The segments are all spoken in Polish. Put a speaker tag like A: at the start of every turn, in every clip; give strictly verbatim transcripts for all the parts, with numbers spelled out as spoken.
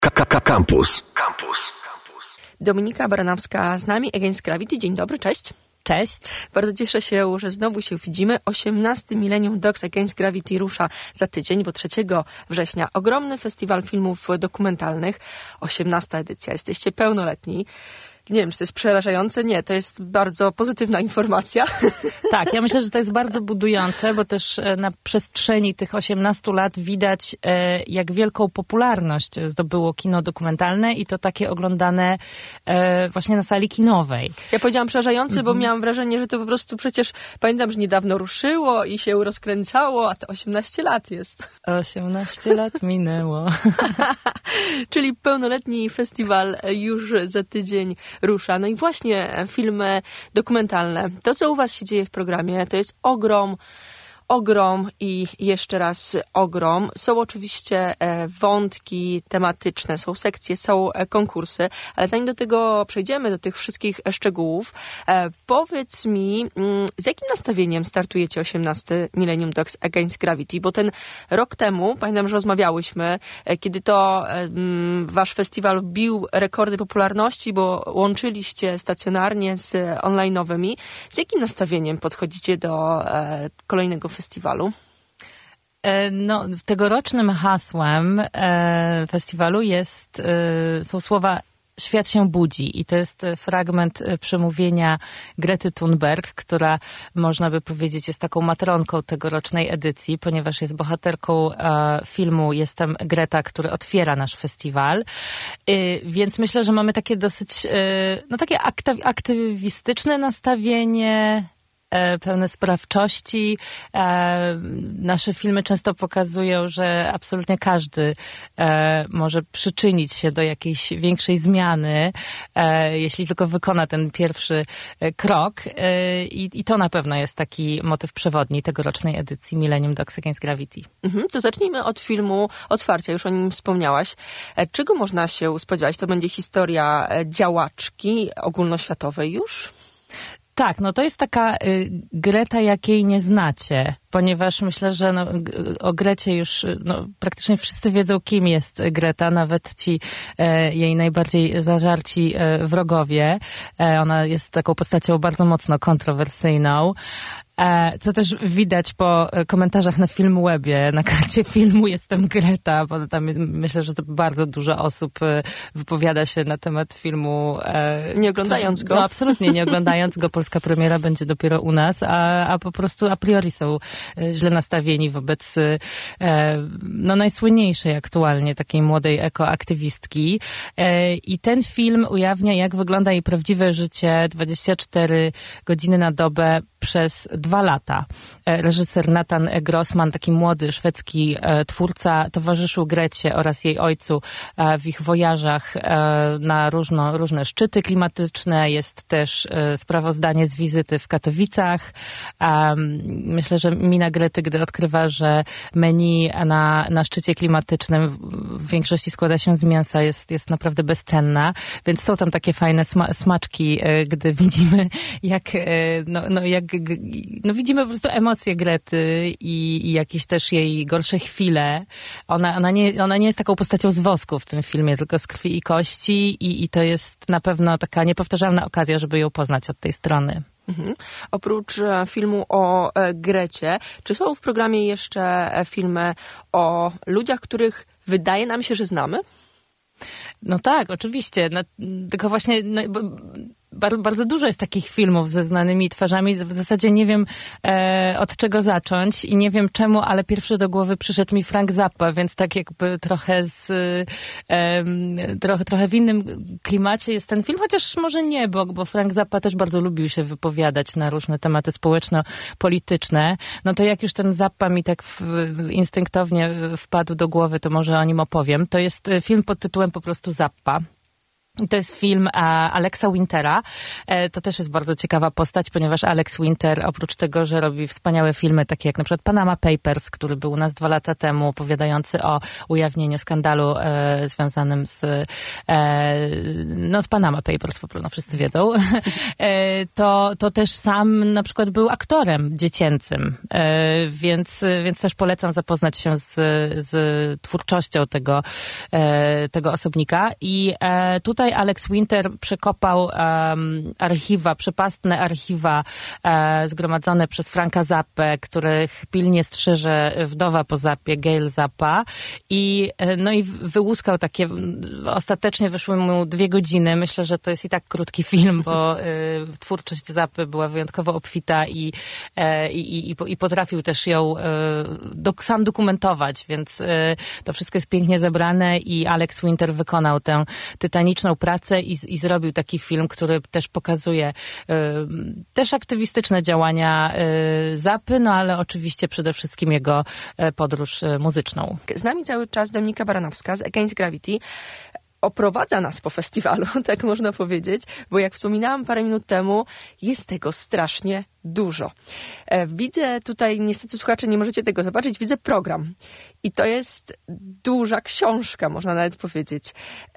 A: Campus. Campus.
B: Dominika Baranowska z nami, Against Gravity. Dzień dobry, cześć.
C: Cześć.
B: Bardzo cieszę się, że znowu się widzimy. osiemnasty Millennium Dogs Against Gravity rusza za tydzień, bo trzeciego września. Ogromny festiwal filmów dokumentalnych. osiemnasta edycja. Jesteście pełnoletni. Nie wiem, czy to jest przerażające. Nie, to jest bardzo pozytywna informacja.
C: Tak, ja myślę, że to jest bardzo budujące, bo też na przestrzeni tych osiemnastu lat widać, jak wielką popularność zdobyło kino dokumentalne i to takie oglądane właśnie na sali kinowej.
B: Ja powiedziałam przerażające, mhm. bo miałam wrażenie, że to po prostu przecież, pamiętam, że niedawno ruszyło i się rozkręcało, a to osiemnaście lat jest.
C: osiemnaście lat minęło.
B: Czyli pełnoletni festiwal już za tydzień rusza. No i właśnie filmy dokumentalne. To, co u was się dzieje w programie, to jest ogrom, ogrom i jeszcze raz ogrom. Są oczywiście wątki tematyczne, są sekcje, są konkursy, ale zanim do tego przejdziemy, do tych wszystkich szczegółów, powiedz mi, z jakim nastawieniem startujecie osiemnasty Millennium Dogs Against Gravity? Bo ten rok temu, pamiętam, że rozmawiałyśmy, kiedy to wasz festiwal bił rekordy popularności, bo łączyliście stacjonarnie z online'owymi. Z jakim nastawieniem podchodzicie do kolejnego festiwalu? festiwalu?
C: No, tegorocznym hasłem e, festiwalu jest, e, są słowa Świat się budzi i to jest fragment przemówienia Grety Thunberg, która, można by powiedzieć, jest taką matronką tegorocznej edycji, ponieważ jest bohaterką e, filmu Jestem Greta, który otwiera nasz festiwal. E, więc myślę, że mamy takie dosyć, e, no takie aktyw- aktywistyczne nastawienie, pełne sprawczości. Nasze filmy często pokazują, że absolutnie każdy może przyczynić się do jakiejś większej zmiany, jeśli tylko wykona ten pierwszy krok. I, i to na pewno jest taki motyw przewodni tegorocznej edycji Millennium Dogs Against Gravity.
B: Mhm, to zacznijmy od filmu Otwarcia, już o nim wspomniałaś. Czego można się spodziewać? To będzie historia działaczki ogólnoświatowej już?
C: Tak, no to jest taka y, Greta, jakiej nie znacie, ponieważ myślę, że no, o Grecie już no, praktycznie wszyscy wiedzą, kim jest Greta, nawet ci e, jej najbardziej zażarci e, wrogowie. E, ona jest taką postacią bardzo mocno kontrowersyjną. Co też widać po komentarzach na Filmwebie, na karcie filmu Jestem Greta, bo tam myślę, że to bardzo dużo osób wypowiada się na temat filmu.
B: Nie oglądając go.
C: No absolutnie, nie oglądając go. Polska premiera będzie dopiero u nas, a, a po prostu a priori są źle nastawieni wobec no, najsłynniejszej aktualnie takiej młodej ekoaktywistki. I ten film ujawnia, jak wygląda jej prawdziwe życie, dwadzieścia cztery godziny na dobę przez dwa lata. Reżyser Nathan Grossman, taki młody szwedzki twórca, towarzyszył Grecie oraz jej ojcu w ich wojażach na różno, różne szczyty klimatyczne. Jest też sprawozdanie z wizyty w Katowicach. Myślę, że mina Grety, gdy odkrywa, że menu na, na szczycie klimatycznym w większości składa się z mięsa, jest, jest naprawdę bezcenna. Więc są tam takie fajne sma- smaczki, gdy widzimy, jak, no, no, jak no widzimy po prostu emocje Grety i, i jakieś też jej gorsze chwile. Ona, ona, nie, ona nie jest taką postacią z wosku w tym filmie, tylko z krwi i kości i, i to jest na pewno taka niepowtarzalna okazja, żeby ją poznać od tej strony.
B: Mhm. Oprócz e, filmu o e, Grecie, czy są w programie jeszcze e, filmy o ludziach, których wydaje nam się, że znamy?
C: No tak, oczywiście. No, tylko właśnie no, bo, bar, bardzo dużo jest takich filmów ze znanymi twarzami. W zasadzie nie wiem e, od czego zacząć i nie wiem czemu, ale pierwszy do głowy przyszedł mi Frank Zappa, więc tak jakby trochę z e, trochę, trochę w innym klimacie jest ten film, chociaż może nie, bo, bo Frank Zappa też bardzo lubił się wypowiadać na różne tematy społeczno-polityczne. No to jak już ten Zappa mi tak w, instynktownie wpadł do głowy, to może o nim opowiem. To jest film pod tytułem po prostu Zappa. To jest film Alexa Wintera. To też jest bardzo ciekawa postać, ponieważ Alex Winter, oprócz tego, że robi wspaniałe filmy, takie jak na przykład Panama Papers, który był u nas dwa lata temu, opowiadający o ujawnieniu skandalu e, związanym z e, no z Panama Papers, po prostu no, wszyscy wiedzą, e, to, to też sam na przykład był aktorem dziecięcym, e, więc, więc też polecam zapoznać się z, z twórczością tego, e, tego osobnika. I e, tutaj Alex Winter przekopał um, archiwa, przepastne archiwa e, zgromadzone przez Franka Zappę, których pilnie strzeże wdowa po Zappie, Gail Zappa. I, no i wyłuskał takie, ostatecznie wyszły mu dwie godziny. Myślę, że to jest i tak krótki film, bo y, twórczość Zappy była wyjątkowo obfita i, e, i, i, i potrafił też ją y, do, sam dokumentować, więc y, to wszystko jest pięknie zebrane i Alex Winter wykonał tę tytaniczną pracę i, i zrobił taki film, który też pokazuje y, też aktywistyczne działania y, Zappy, no ale oczywiście przede wszystkim jego y, podróż y, muzyczną.
B: Z nami cały czas Dominika Baranowska z Against Gravity. Oprowadza nas po festiwalu, tak można powiedzieć, bo jak wspominałam parę minut temu, jest tego strasznie dużo. Widzę tutaj, niestety słuchacze nie możecie tego zobaczyć, widzę program. I to jest duża książka, można nawet powiedzieć.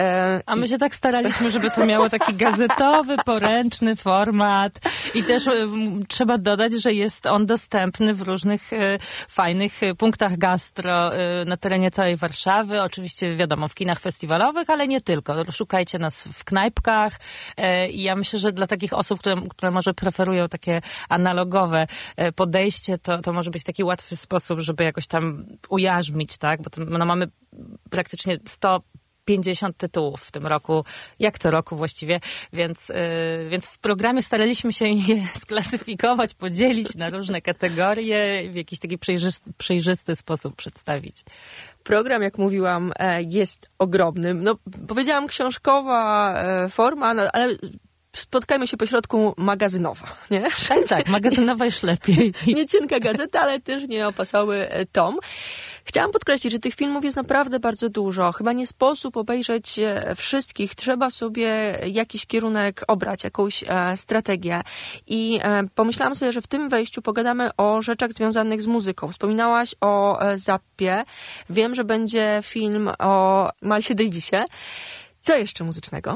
C: A my się tak staraliśmy, żeby to miało taki gazetowy, poręczny format. I też trzeba dodać, że jest on dostępny w różnych fajnych punktach gastro na terenie całej Warszawy. Oczywiście wiadomo, w kinach festiwalowych, ale nie tylko. Szukajcie nas w knajpkach. I ja myślę, że dla takich osób, które, które może preferują takie analogowe podejście, to, to może być taki łatwy sposób, żeby jakoś tam ujarzmić, tak? Bo to, no, mamy praktycznie sto pięćdziesiąt tytułów w tym roku, jak co roku właściwie, więc, yy, więc w programie staraliśmy się je sklasyfikować, podzielić na różne kategorie, w jakiś taki przejrzysty, przejrzysty sposób przedstawić.
B: Program, jak mówiłam, jest ogromny. No, powiedziałam książkowa forma, no, ale spotkajmy się po środku magazynowa, nie?
C: Tak, tak, magazynowa już lepiej.
B: Nie cienka gazeta, ale też nie opasały tom. Chciałam podkreślić, że tych filmów jest naprawdę bardzo dużo. Chyba nie sposób obejrzeć wszystkich. Trzeba sobie jakiś kierunek obrać, jakąś e, strategię. I e, pomyślałam sobie, że w tym wejściu pogadamy o rzeczach związanych z muzyką. Wspominałaś o e, Zappie. Wiem, że będzie film o Milesie Davisie. Co jeszcze muzycznego?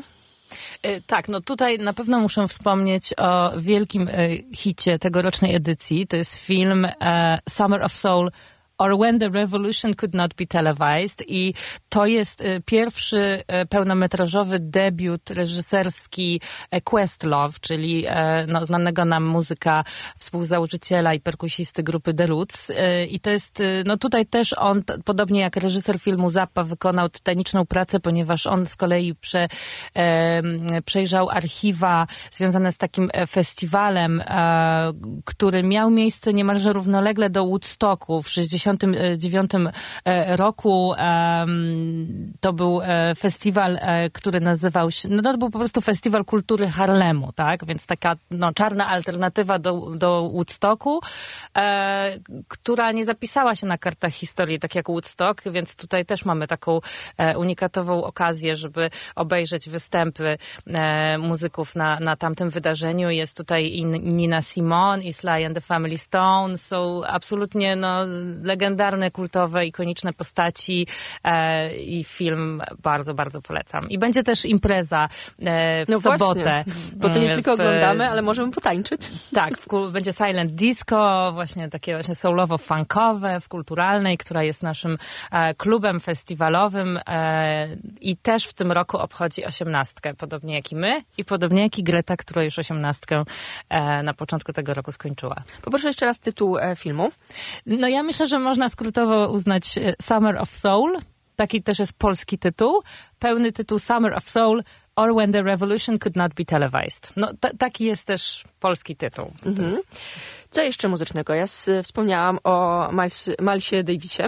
C: Tak, no tutaj na pewno muszę wspomnieć o wielkim hicie tegorocznej edycji. To jest film Summer of Soul or When the Revolution Could Not Be Televised i to jest pierwszy pełnometrażowy debiut reżyserski Questlove, czyli no, znanego nam muzyka, współzałożyciela i perkusisty grupy The Roots i to jest, no tutaj też on, podobnie jak reżyser filmu Zappa, wykonał tytaniczną pracę, ponieważ on z kolei prze, e, przejrzał archiwa związane z takim festiwalem, e, który miał miejsce niemalże równolegle do Woodstocku w sześćdziesiątym dziewiątym roku. To był festiwal, który nazywał się, no to był po prostu Festiwal Kultury Harlemu, tak? Więc taka no, czarna alternatywa do, do Woodstocku, e, która nie zapisała się na kartach historii, tak jak Woodstock, więc tutaj też mamy taką e, unikatową okazję, żeby obejrzeć występy e, muzyków na, na tamtym wydarzeniu. Jest tutaj Nina Simone i Sly and the Family Stone. Są absolutnie no, legendarne, kultowe, ikoniczne postaci e, i film bardzo, bardzo polecam. I będzie też impreza e, w
B: no
C: sobotę.
B: Właśnie, bo to nie tylko
C: w,
B: oglądamy, ale możemy potańczyć.
C: Tak, w, będzie Silent Disco, właśnie takie właśnie soulowo-funkowe w Kulturalnej, która jest naszym e, klubem festiwalowym e, i też w tym roku obchodzi osiemnastkę, podobnie jak i my i podobnie jak i Greta, która już osiemnastkę e, na początku tego roku skończyła.
B: Poproszę jeszcze raz tytuł e, filmu.
C: No ja myślę, że można skrótowo uznać Summer of Soul. Taki też jest polski tytuł. Pełny tytuł Summer of Soul or When the Revolution Could Not Be Televised. No t- taki jest też polski tytuł.
B: Mhm.
C: Jest...
B: Co jeszcze muzycznego? Ja s- wspomniałam o Miles- Milesie Davisie.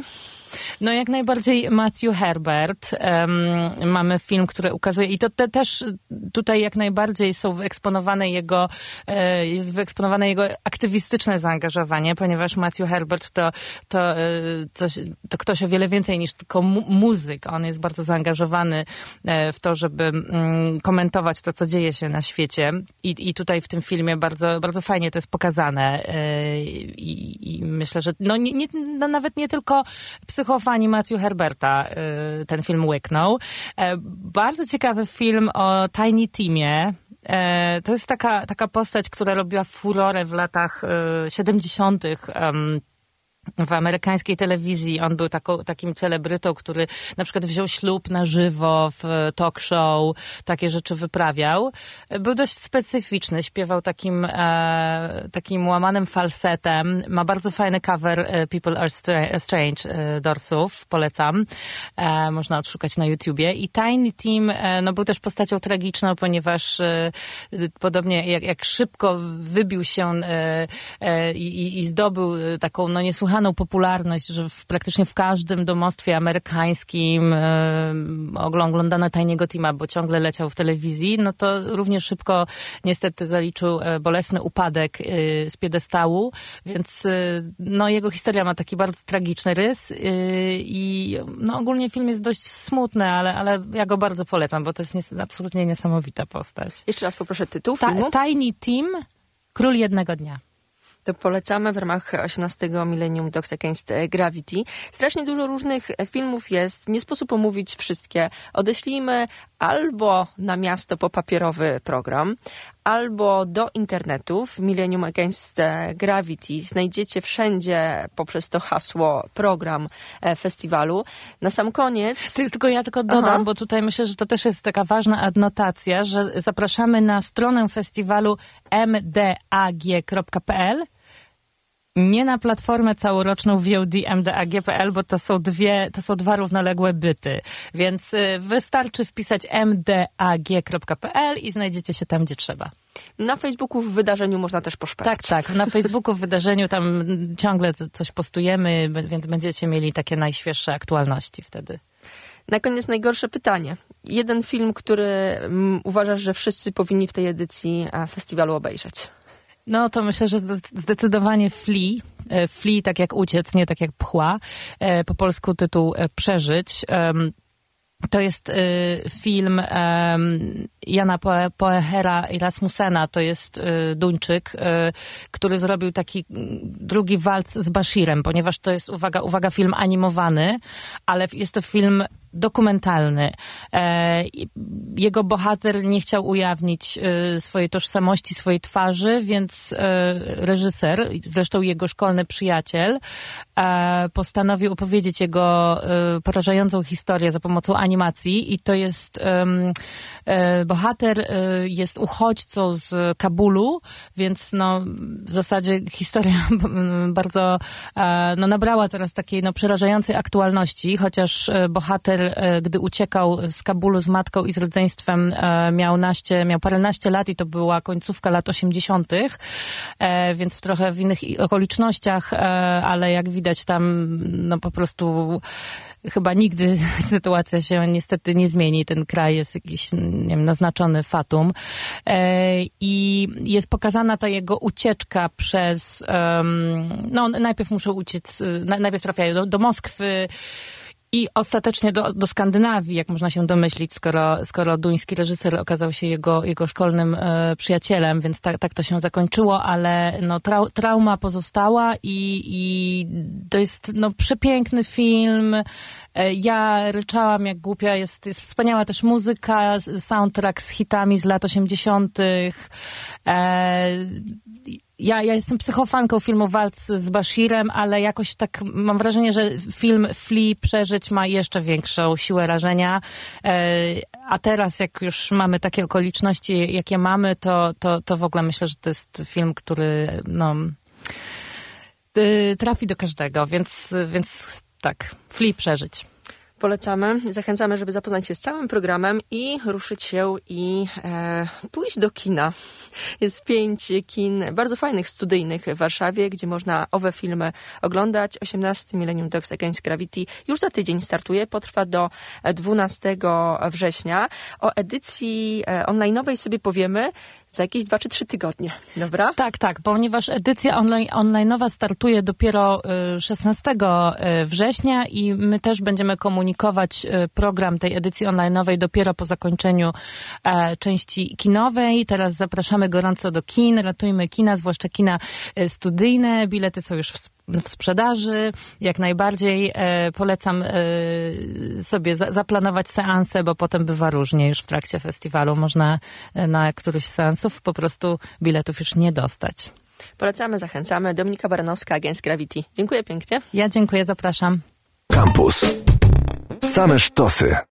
C: No jak najbardziej Matthew Herbert. Um, mamy film, który ukazuje i to te, też tutaj jak najbardziej są wyeksponowane jego, e, jest wyeksponowane jego aktywistyczne zaangażowanie, ponieważ Matthew Herbert to, to, e, coś, to ktoś o wiele więcej niż tylko mu- muzyk. On jest bardzo zaangażowany e, w to, żeby mm, komentować to, co dzieje się na świecie i, i tutaj w tym filmie bardzo, bardzo fajnie to jest pokazane e, i, i myślę, że no, nie, nie, no nawet nie tylko psychofani Matthew Herberta y, ten film łyknął. E, bardzo ciekawy film o Tiny Timie. E, to jest taka, taka postać, która robiła furorę w latach y, siedemdziesiątych. Um, w amerykańskiej telewizji. On był tako, takim celebrytą, który na przykład wziął ślub na żywo w talk show, takie rzeczy wyprawiał. Był dość specyficzny, śpiewał takim, e, takim łamanym falsetem. Ma bardzo fajny cover e, People Are Strange e, Dorsów, polecam. E, można odszukać na YouTubie. I Tiny Tim e, no, był też postacią tragiczną, ponieważ e, podobnie jak, jak szybko wybił się e, e, i, i zdobył taką no, niesłychaną popularność, że w, praktycznie w każdym domostwie amerykańskim e, oglądano Tiny'ego Tima, bo ciągle leciał w telewizji, no to również szybko niestety zaliczył e, bolesny upadek e, z piedestału, więc e, no jego historia ma taki bardzo tragiczny rys e, i no ogólnie film jest dość smutny, ale, ale ja go bardzo polecam, bo to jest nies- absolutnie niesamowita postać.
B: Jeszcze raz poproszę tytuł
C: Ta-
B: filmu.
C: Tiny Tim, Król jednego dnia.
B: To polecamy w ramach osiemnastego Millennium Dogs Against Gravity. Strasznie dużo różnych filmów jest, nie sposób omówić wszystkie. Odeślijmy albo na miasto po papierowy program, albo do internetów. Millennium Against Gravity znajdziecie wszędzie poprzez to hasło program festiwalu. Na sam koniec...
C: Tylko ja tylko dodam, Aha. bo tutaj myślę, że to też jest taka ważna adnotacja, że zapraszamy na stronę festiwalu m d a g kropka p l, nie na platformę całoroczną V O D M D A G kropka P L, bo to są dwie, to są dwa równoległe byty. Więc wystarczy wpisać m d a g kropka p l i znajdziecie się tam, gdzie trzeba.
B: Na Facebooku w wydarzeniu można też poszperać.
C: Tak, tak. Na Facebooku w wydarzeniu tam ciągle coś postujemy, więc będziecie mieli takie najświeższe aktualności wtedy.
B: Na koniec najgorsze pytanie. Jeden film, który um, uważasz, że wszyscy powinni w tej edycji festiwalu obejrzeć.
C: No to myślę, że zdecydowanie Flee. Flee tak jak uciec, nie tak jak pchła. Po polsku tytuł Przeżyć. To jest film Jana Poehera i Rasmussena. To jest Duńczyk, który zrobił taki drugi walc z Bashirem, ponieważ to jest, uwaga, uwaga, film animowany, ale jest to film dokumentalny. E, jego bohater nie chciał ujawnić e, swojej tożsamości, swojej twarzy, więc e, reżyser, zresztą jego szkolny przyjaciel, e, postanowił opowiedzieć jego e, porażającą historię za pomocą animacji i to jest e, e, bohater e, jest uchodźcą z Kabulu, więc no w zasadzie historia bardzo e, no, nabrała teraz takiej no, przerażającej aktualności, chociaż e, bohater gdy uciekał z Kabulu z matką i z rodzeństwem, miał naście, miał paręnaście lat i to była końcówka lat osiemdziesiątych, więc w trochę w innych okolicznościach, ale jak widać tam no po prostu chyba nigdy sytuacja się niestety nie zmieni. Ten kraj jest jakiś, nie wiem, naznaczony fatum. I jest pokazana ta jego ucieczka przez, no najpierw muszą uciec, najpierw trafiają do, do Moskwy, i ostatecznie do, do Skandynawii, jak można się domyślić, skoro, skoro duński reżyser okazał się jego, jego szkolnym e, przyjacielem, więc tak, tak to się zakończyło, ale no, trau, trauma pozostała i, i to jest no, przepiękny film. E, ja ryczałam jak głupia, jest, jest wspaniała też muzyka, soundtrack z hitami z lat osiemdziesiątych. E, Ja, ja jestem psychofanką filmu Walc z Bashirem, ale jakoś tak mam wrażenie, że film Flee, Przeżyć ma jeszcze większą siłę rażenia. A teraz, jak już mamy takie okoliczności, jakie mamy, to, to, to w ogóle myślę, że to jest film, który no, trafi do każdego, więc, więc tak, Flee, Przeżyć.
B: Polecamy, zachęcamy, żeby zapoznać się z całym programem i ruszyć się i e, pójść do kina. Jest pięć kin bardzo fajnych, studyjnych w Warszawie, gdzie można owe filmy oglądać. osiemnasty Millennium Dogs Against Gravity już za tydzień startuje, potrwa do dwunastego września. O edycji online'owej sobie powiemy za jakieś dwa czy trzy tygodnie, dobra?
C: Tak, tak, ponieważ edycja online, online'owa startuje dopiero szesnastego września i my też będziemy komunikować program tej edycji online'owej dopiero po zakończeniu e, części kinowej. Teraz zapraszamy gorąco do kin, ratujmy kina, zwłaszcza kina studyjne. Bilety są już w w sprzedaży. Jak najbardziej e, polecam e, sobie za, zaplanować seanse, bo potem bywa różnie już w trakcie festiwalu. Można e, na któryś z seansów po prostu biletów już nie dostać.
B: Polecamy, zachęcamy. Dominika Baranowska, Against Gravity. Dziękuję pięknie.
C: Ja dziękuję, zapraszam.
A: Campus. Same sztosy.